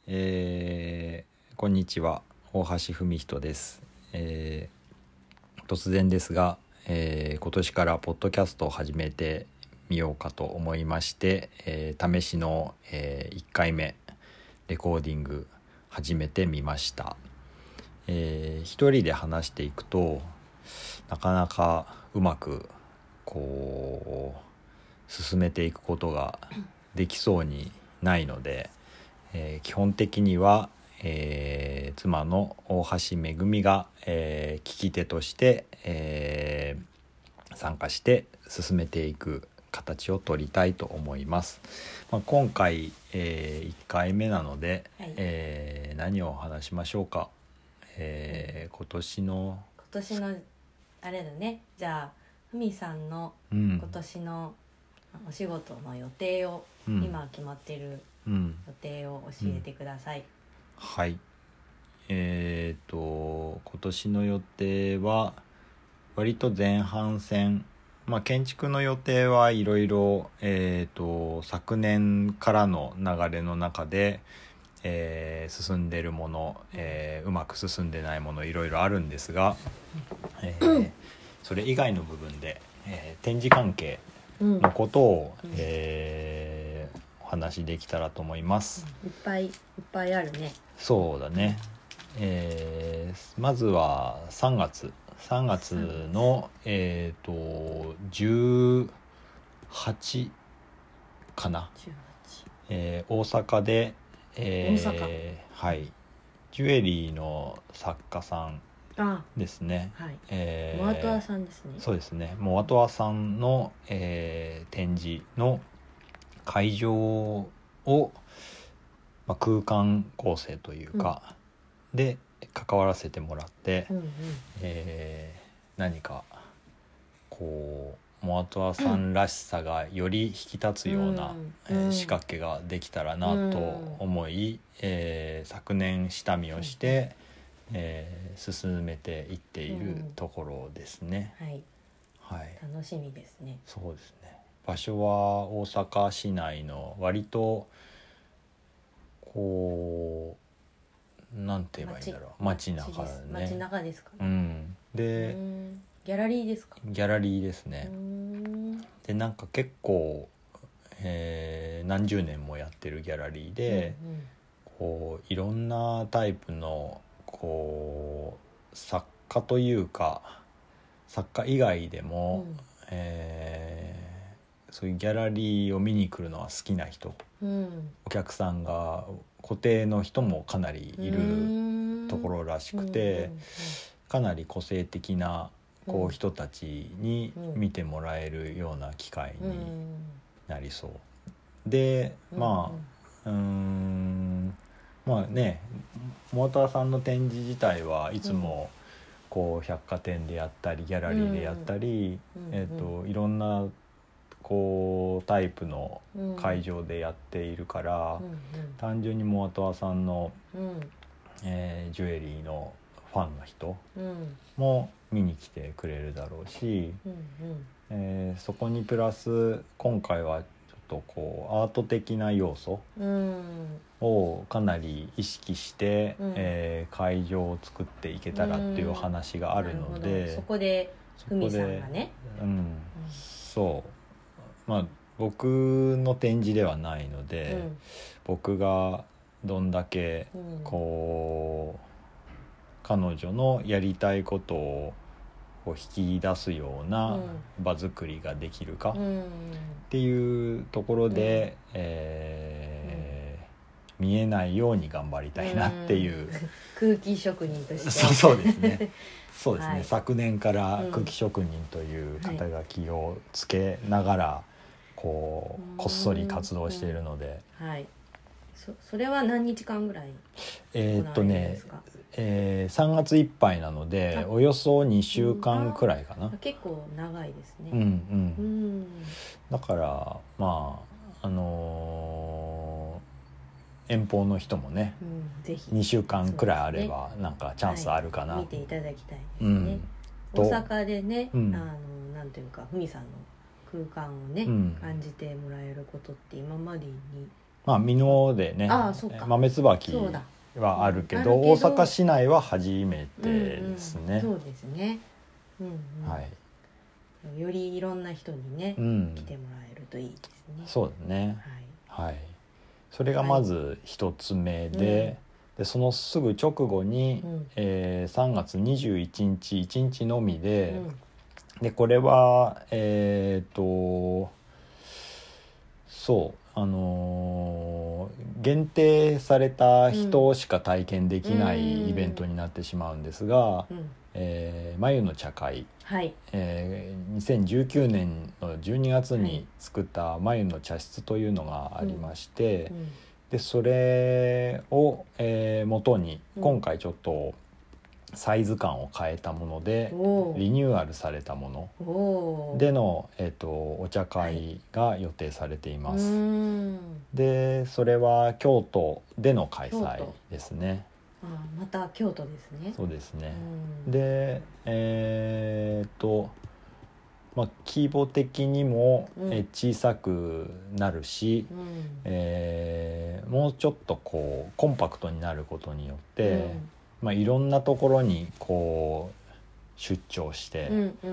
こんにちは、大橋文人です。突然ですが、今年からポッドキャストを始めてみようかと思いまして、試しの、1回目レコーディング始めてみました。一人で話していくとなかなかうまく進めていくことができそうにないので、基本的には、妻の大橋めぐみが、聞き手として、参加して進めていく形を取りたいと思います。今回、1回目なので、 はい、 何を話しましょうか。今年のあれだね。じゃあふみさんの今年のお仕事の予定を、今決まっている予定を教えてください。 はい。今年の予定は割と前半戦、建築の予定はいろいろ昨年からの流れの中で、進んでいるもの、うまく進んでないものいろいろあるんですが、それ以外の部分で、展示関係のことを、お話できたらと思います。 いっぱいあるね。 そうだね。まずは3月の18かな、大阪で、はい、ジュエリーの作家さんですね。 モアトアさんですね。 そうですね。モアトアさんの、展示の会場を、空間構成というか、で関わらせてもらって、何かモアトアさんらしさがより引き立つような、仕掛けができたらなと思い、昨年下見をして、進めていっているところですね。 楽しみですね。 そうですね。場所は大阪市内の割となんて言えばいいんだろう、街中だね。 街中ですか。 で、 ギャラリーですか。 ギャラリーですね。でなんか結構、何十年もやってるギャラリーで、いろんなタイプの作家というか作家以外でも、そういうギャラリーを見に来るのは好きな人、お客さんが固定の人もかなりいるところらしくて、かなり個性的な人たちに見てもらえるような機会になりそうで、モーターさんの展示自体はいつも百貨店でやったりギャラリーでやったり、いろんなタイプの会場でやっているから、単純にモアトアさんの、ジュエリーのファンの人も見に来てくれるだろうし、そこにプラス今回はちょっとアート的な要素をかなり意識して、会場を作っていけたらっていう話があるので、 そこでふみさんがね、 僕の展示ではないので、僕がどんだけ彼女のやりたいことを引き出すような場作りができるかっていうところで、見えないように頑張りたいなっていう、 空気職人としてそうですね昨年から空気職人という肩書きをつけながらこっそり活動しているので、 それは何日間ぐらい行われるんですか。 3月いっぱいなのでおよそ2週間くらいかな。 結構長いですね。 だから遠方の人もね、ぜひ2週間くらいあればなんかチャンスあるかな、 見ていただきたいですね。大阪でね、なんていうかふみさんの空間をね、感じてもらえることって今までにまあ美濃でね豆椿はあるけど、大阪市内は初めてですね。 そうですね、はい、よりいろんな人にね、来てもらえるといいですね。 そうだね、はい、それがまず一つ目で、でそのすぐ直後に、3月21日1日のみで、でこれはそう限定された人しか体験できないイベントになってしまうんですが、眉の茶会、2019年の12月に作った眉の茶室というのがありまして、でそれを、元に今回ちょっとサイズ感を変えたものでリニューアルされたものでの、お茶会が予定されています。でそれは京都での開催ですね。 また京都ですね。 そうですね。で規模的にも小さくなるし、もうちょっとこうコンパクトになることによって、いろんなところにこう出張して、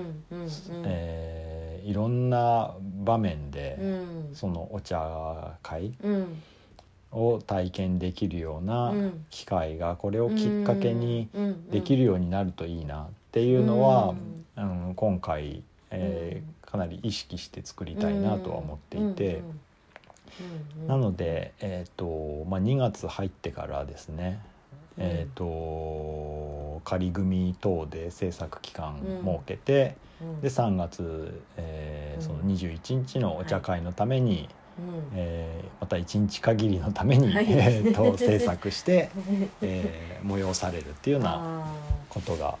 いろんな場面で、そのお茶会を体験できるような機会がこれをきっかけにできるようになるといいなっていうのは、今回、かなり意識して作りたいなとは思っていて、なので、2月入ってからですね、仮組等で制作期間設けて、で3月、その21日のお茶会のために、また1日限りのために、制作して、催されるっていうようなことが、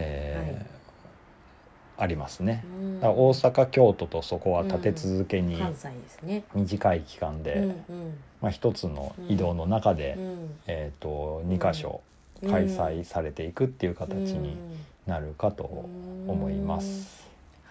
ありますね。だから大阪京都とそこは立て続けに短い期間で、一つの移動の中で、2カ所開催されていくっていう形になるかと思います。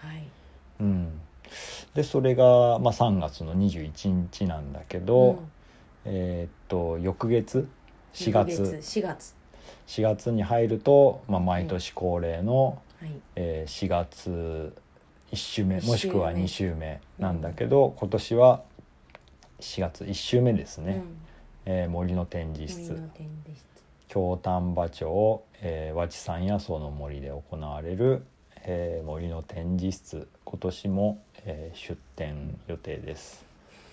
でそれが、3月の21日なんだけど、翌月4月に入ると、毎年恒例の、4月1週目もしくは2週目なんだけど、今年は4月1週目ですね、森の展示室京丹波町、和知山野草の森で行われる、森の展示室、今年も、出展予定です。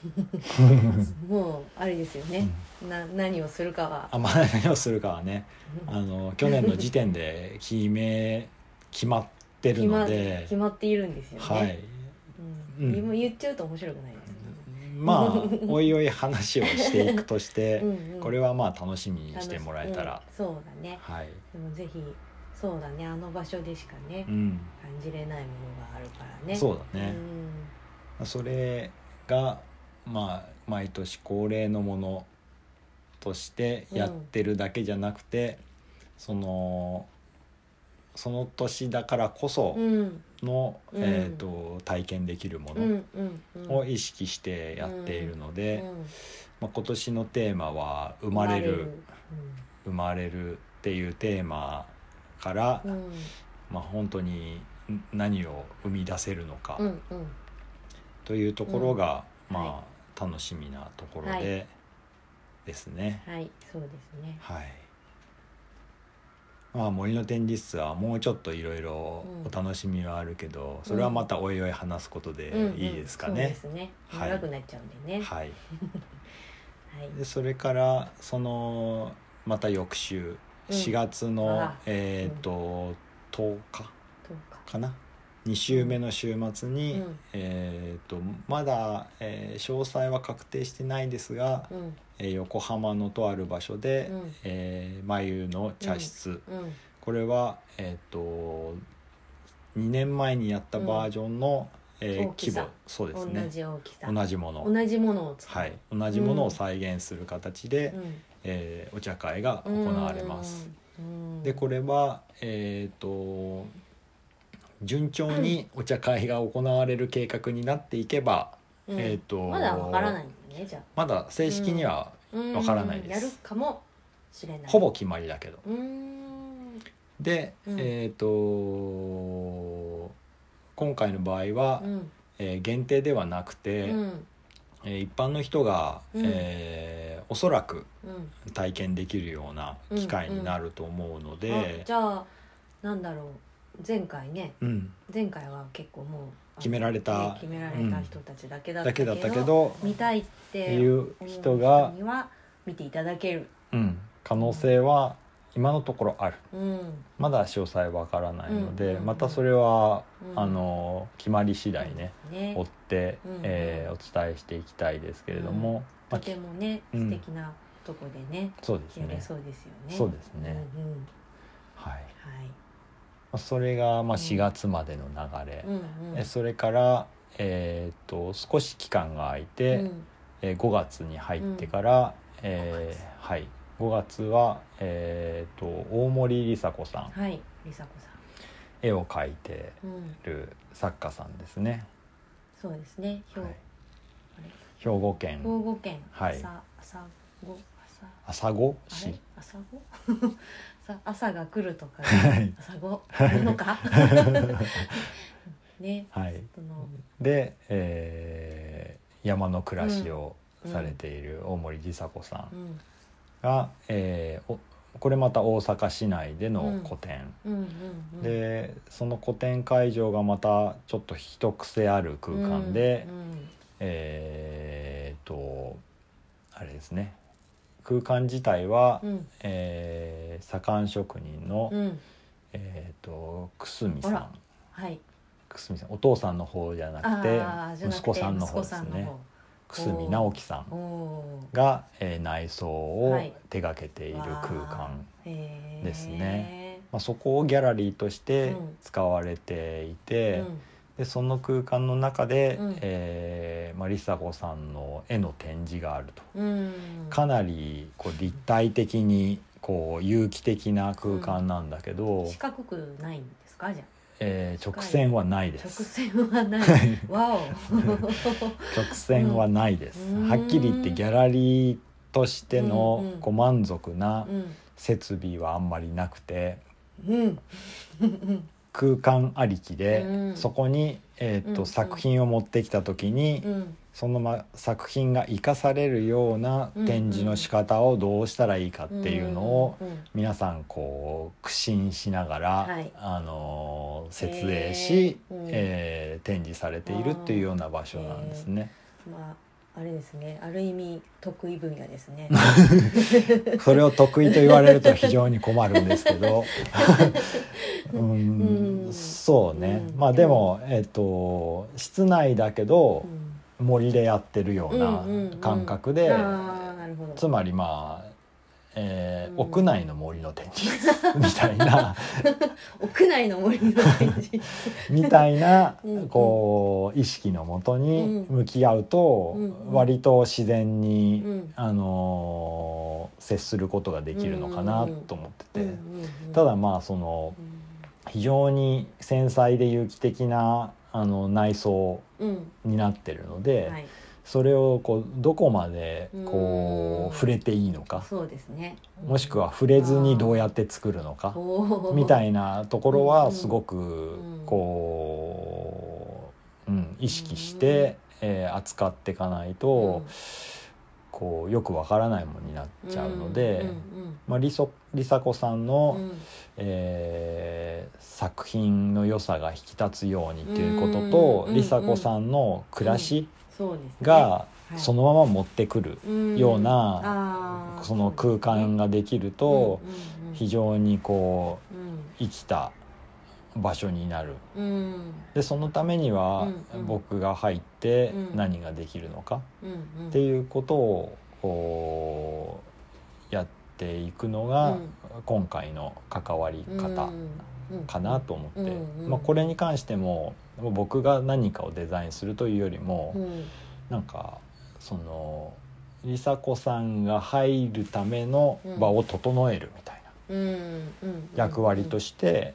もうあれですよね、何をするかは何をするかはね去年の時点で決まってるので決まっているんですよね。今言っちゃうと面白くないですおいおい話をしていくとしてこれは楽しみにしてもらえたら、 そうだね、でもぜひそうだね、あの場所でしかね、感じれないものがあるからね。 そうだね、それが毎年恒例のものとしてやってるだけじゃなくて、その年だからこその、体験できるものを意識してやっているので、今年のテーマは生まれるっていうテーマから、本当に何を生み出せるのかというところが、楽しみなところでですね。 そうですね。 森の展示室はもうちょっといろいろお楽しみはあるけど、それはまたおいおい話すことでいいですかね。 そうですね。長くなっちゃうんでね。 でそれからまた翌週4月の、10日かな、2週目の週末に、まだ、詳細は確定してないですが、横浜のとある場所で、眉の茶室、これは、2年前にやったバージョンの、規模、そうですね、 同じ大きさ、 同じものを使う、同じものを再現する形で、お茶会が行われます。でこれは順調にお茶会が行われる計画になっていけば、 まだわからないんだね。 ねじゃあ。 まだ正式にはわからないです。 やるかもしれない。 ほぼ決まりだけど。で、今回の場合は、限定ではなくて、一般の人が、おそらく体験できるような機会になると思うので、 じゃあなんだろう、前回は結構もう決められた人たちだけだったけど、見たいっていう人には見ていただける、 可能性は今のところある、まだ詳細わからないので、またそれは、決まり次第ね、追って、お伝えしていきたいですけれども、 とてもね、素敵なとこでね、 そうですね、 やれそうですよね。 そうですね、はい、それが4月までの流れ、それから、少し期間が空いて、5月に入ってから、5月は、大森梨紗子さん、絵を描いてる作家さんですね。 そうですね。 兵庫県朝来市。 朝が来るとか、朝ごいるのかね。 で、山の暮らしをされている大森梨紗子さんが、これまた大阪市内での個展、でその個展会場がまたちょっと一癖ある空間で、あれですね、空間自体は、左官職人の、久住さん、久住さん、お父さんの方じゃなくて息子さんの方ですね。久住直樹さんが、内装を手掛けている空間ですね。そこをギャラリーとして使われていて、でその空間の中で、梨紗子さんの絵の展示があると、かなり立体的に有機的な空間なんだけど、 四角くないんですか？じゃあ直線はないです。 直線はないわお直線はないです、はっきり言ってギャラリーとしての満足な設備はあんまりなくて、空間ありきで、そこに、作品を持ってきた時に、その作品が生かされるような展示の仕方をどうしたらいいかっていうのを皆さん苦心しながら、設営し、展示されているっていうような場所なんですね。 あれですね、ある意味得意分野ですねそれを得意と言われると非常に困るんですけどそうね、でも、室内だけど、森でやってるような感覚で、つまり屋内の森の展示みたいな屋内の森の展示みたいな意識のもとに向き合うと、割と自然に、接することができるのかなと思ってて、ただその非常に繊細で有機的な内装になってるので、それをどこまで触れていいのか、 そうですね、 もしくは触れずにどうやって作るのかみたいなところはすごく意識して扱っていかないとよくわからないものになっちゃうので、梨紗子さんの作品の良さが引き立つようにということと、梨紗子さんの暮らしがそのまま持ってくるようなその空間ができると、非常に生きた場所になる。でそのためには僕が入って何ができるのかっていうことをやっていくのが今回の関わり方かなと思って、これに関しても僕が何かをデザインするというよりも、なんかその梨紗子さんが入るための場を整えるみたいな役割として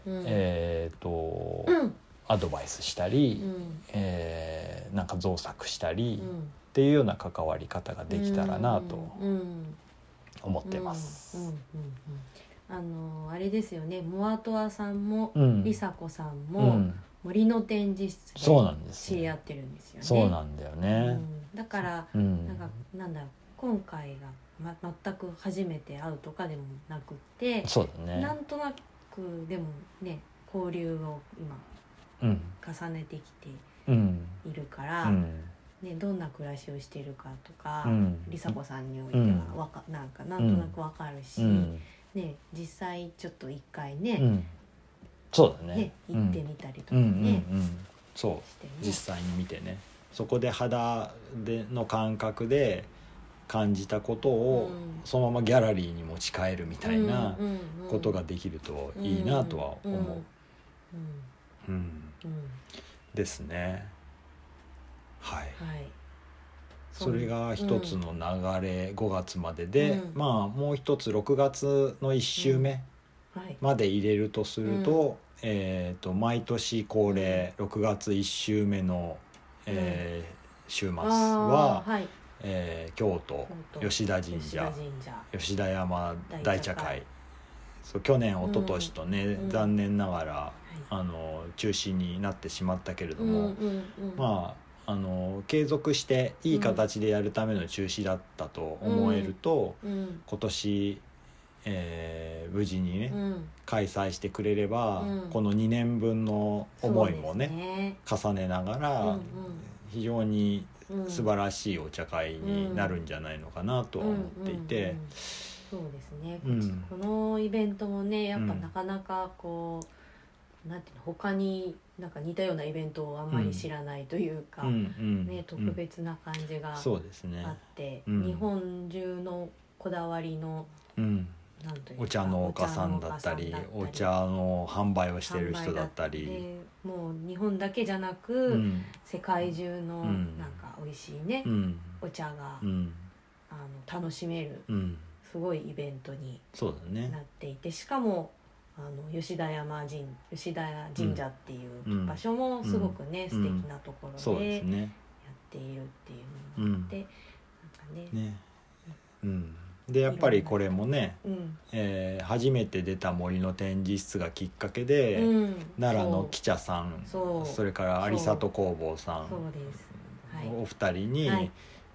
アドバイスしたり、なんか造作したり、 っていうような関わり方ができたらなと思ってます。 あれですよね、モアトアさんも、りさこさんも、森の展示室で知り合ってるんですよね。 そうなんだよね、 だから、なんだろう、今回が、全く初めて会うとかでもなくて、 そうだね、 なんとなくでもね交流を今、重ねてきているから、どんな暮らしをしているかとか、りさこさんにおいてはなんとなく分かるし、実際ちょっと一回ね、 そうだね、 行ってみたりとかね、 そう実際に見てね、そこで肌での感覚で感じたことをそのままギャラリーに持ち帰るみたいなことができるといいなとは思う。ですね。はい。それが一つの流れ、5月までで、もう一つ6月の1週目まで入れるとすると、毎年恒例6月1週目の、週末は、京都吉田神社吉田山大茶会、去年一昨年とね、残念ながら中止になってしまったけれども、継続していい形でやるための中止だったと思えると、今年、無事にね、開催してくれれば、この2年分の思いもね重ねながら、非常に素晴らしいお茶会になるんじゃないのかなとは思っていて、 そうですね、このイベントもねやっぱなかなかこう、なんていうの、他になんか似たようなイベントをあんまり知らないというか、特別な感じがあって、日本中のこだわりの、なんというかお茶農家さんだったり、お茶の販売をしてる人だったり、 もう日本だけじゃなく、世界中のなんか美味しいね、お茶が、楽しめる、すごいイベントになっていて、しかも吉田神社っていう場所もすごくね、素敵なところでやっているっていうのがあって、なんかね、 でやっぱりこれもね、初めて出た森の展示室がきっかけで、奈良の喜茶さん、それから有里工房さん、お二人に、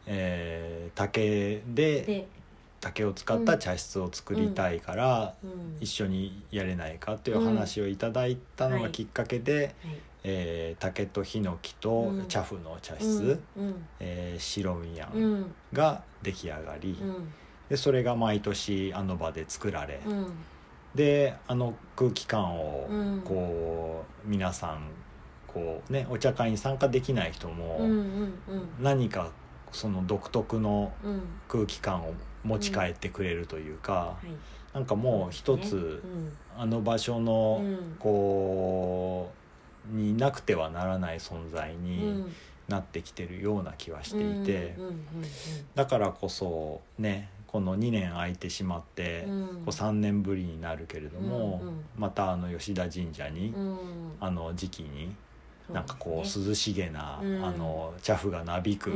竹を使った茶室を作りたいから、一緒にやれないかという話をいただいたのがきっかけで、竹とヒノキと茶布の茶室、白宮が出来上がり、でそれが毎年あの場で作られ、で空気感をこう、皆さんこうね、お茶会に参加できない人も何かその独特の空気感を持ち帰ってくれるというか、なんかもう一つ、あの場所のこうになくてはならない存在になってきてるような気はしていて、だからこそね、この2年空いてしまって、こう3年ぶりになるけれども、また吉田神社に、時期になんかこう涼しげな、茶布がなびく、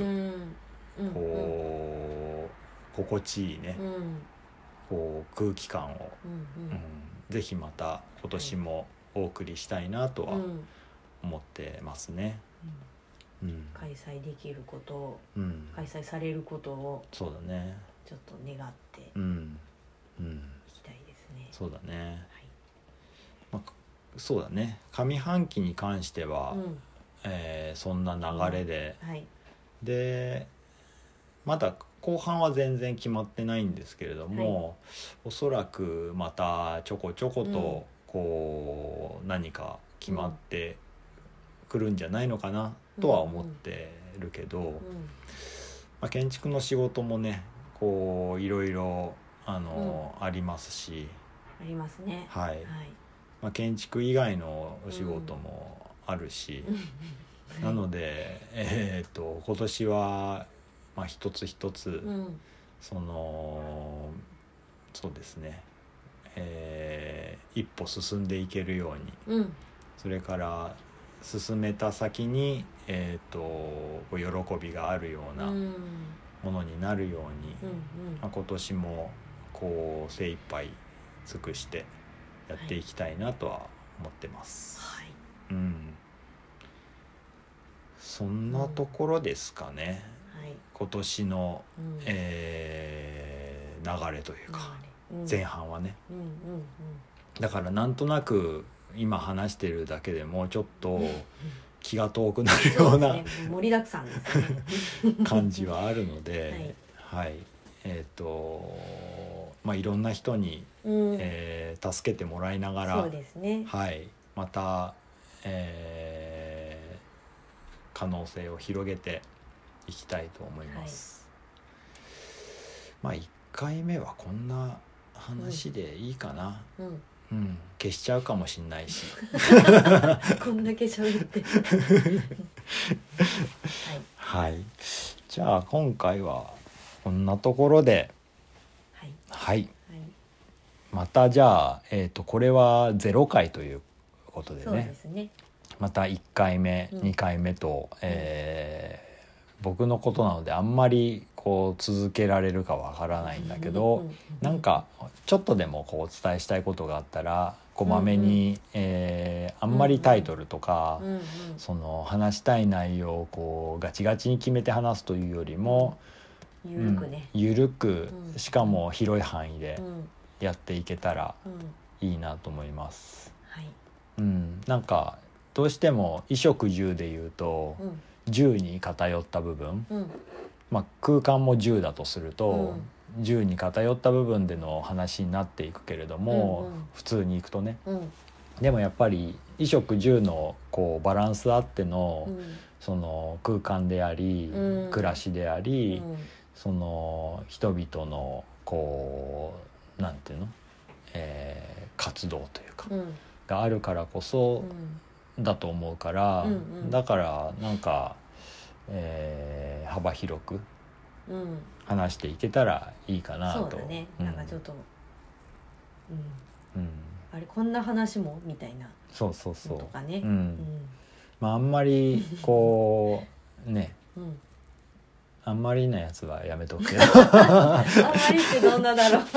こう心地いいね、こう空気感を、ぜひまた今年もお送りしたいなとは思ってますね。 開催できることを、開催されることを、 そうだね、 ちょっと願っていきたいですね。 そうだね、そうだね、上半期に関しては、そんな流れで、でまだ後半は全然決まってないんですけれども、おそらくまたちょこちょことこう何か決まってくるんじゃないのかなとは思ってるけど、建築の仕事もね、こういろいろありますし、 ありますね。 建築以外のお仕事もあるし、なので、今年は一つ一つ、そうですね、一歩進んでいけるように、それから進めた先に、こう喜びがあるようなものになるように、今年もこう精一杯尽くしてやっていきたいなとは思ってます、 はい、 そんなところですかね、今年の、流れというか、前半はね、だからなんとなく今話してるだけでもうちょっと気が遠くなるような盛りだくさんですね感じはあるので、はい、いろんな人に、助けてもらいながら、 そうですね、 はい、また、可能性を広げていきたいと思います、1回目はこんな話でいいかな、消しちゃうかもしんないしこんだけ喋ってはい、じゃあ今回はこんなところではい、またじゃあ、これは0回ということで ね、 そうですね、 また1回目、2回目と、僕のことなのであんまりこう続けられるかわからないんだけど、なんかちょっとでもこうお伝えしたいことがあったらこまめに、あんまりタイトルとか、その話したい内容をこうガチガチに決めて話すというよりも、 ゆるくね、 ゆるく、しかも広い範囲でやっていけたらいいなと思います、なんかどうしても衣食住でいうと、10に偏った部分、空間も10だとすると、10に偏った部分での話になっていくけれども、普通にいくとね、でもやっぱり衣食住のこうバランスあっての、その空間であり、暮らしであり、その人々のこうなんていうの、活動というか、があるからこそ、だと思うから、だからなんか、幅広く話していけたらいいかなと。 そうだね、なんかちょっとあれこんな話もみたいなそうそうそうとかね、 あんまりこうね、あんまりなやつはやめとくけどあんまりってどんなだろう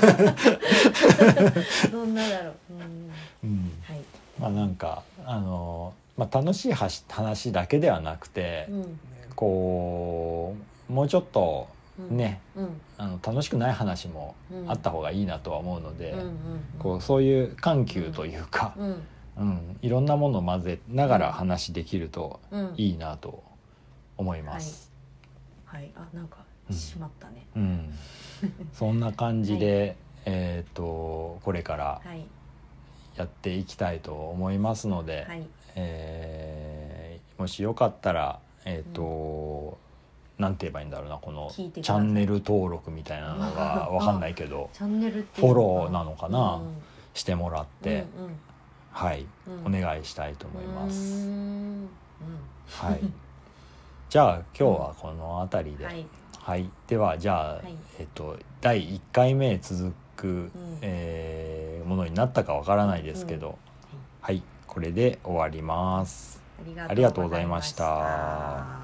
どんなだろう、 なんか楽しい話だけではなくて、こうもうちょっとね、楽しくない話もあった方がいいなとは思うので、こうそういう緩急というか、いろんなものを混ぜながら話できるといいなと思います、 なんかしまったね、 そんな感じで、これからやっていきたいと思いますので、もしよかったらなんて言えばいいんだろうな、このチャンネル登録みたいなのが分かんないけどチャンネルってフォローなのかな、してもらって、お願いしたいと思います、じゃあ今日はこの辺りで、ではじゃあ、第1回目続く、ものになったかわからないですけど、これで終わります。ありがとうございました。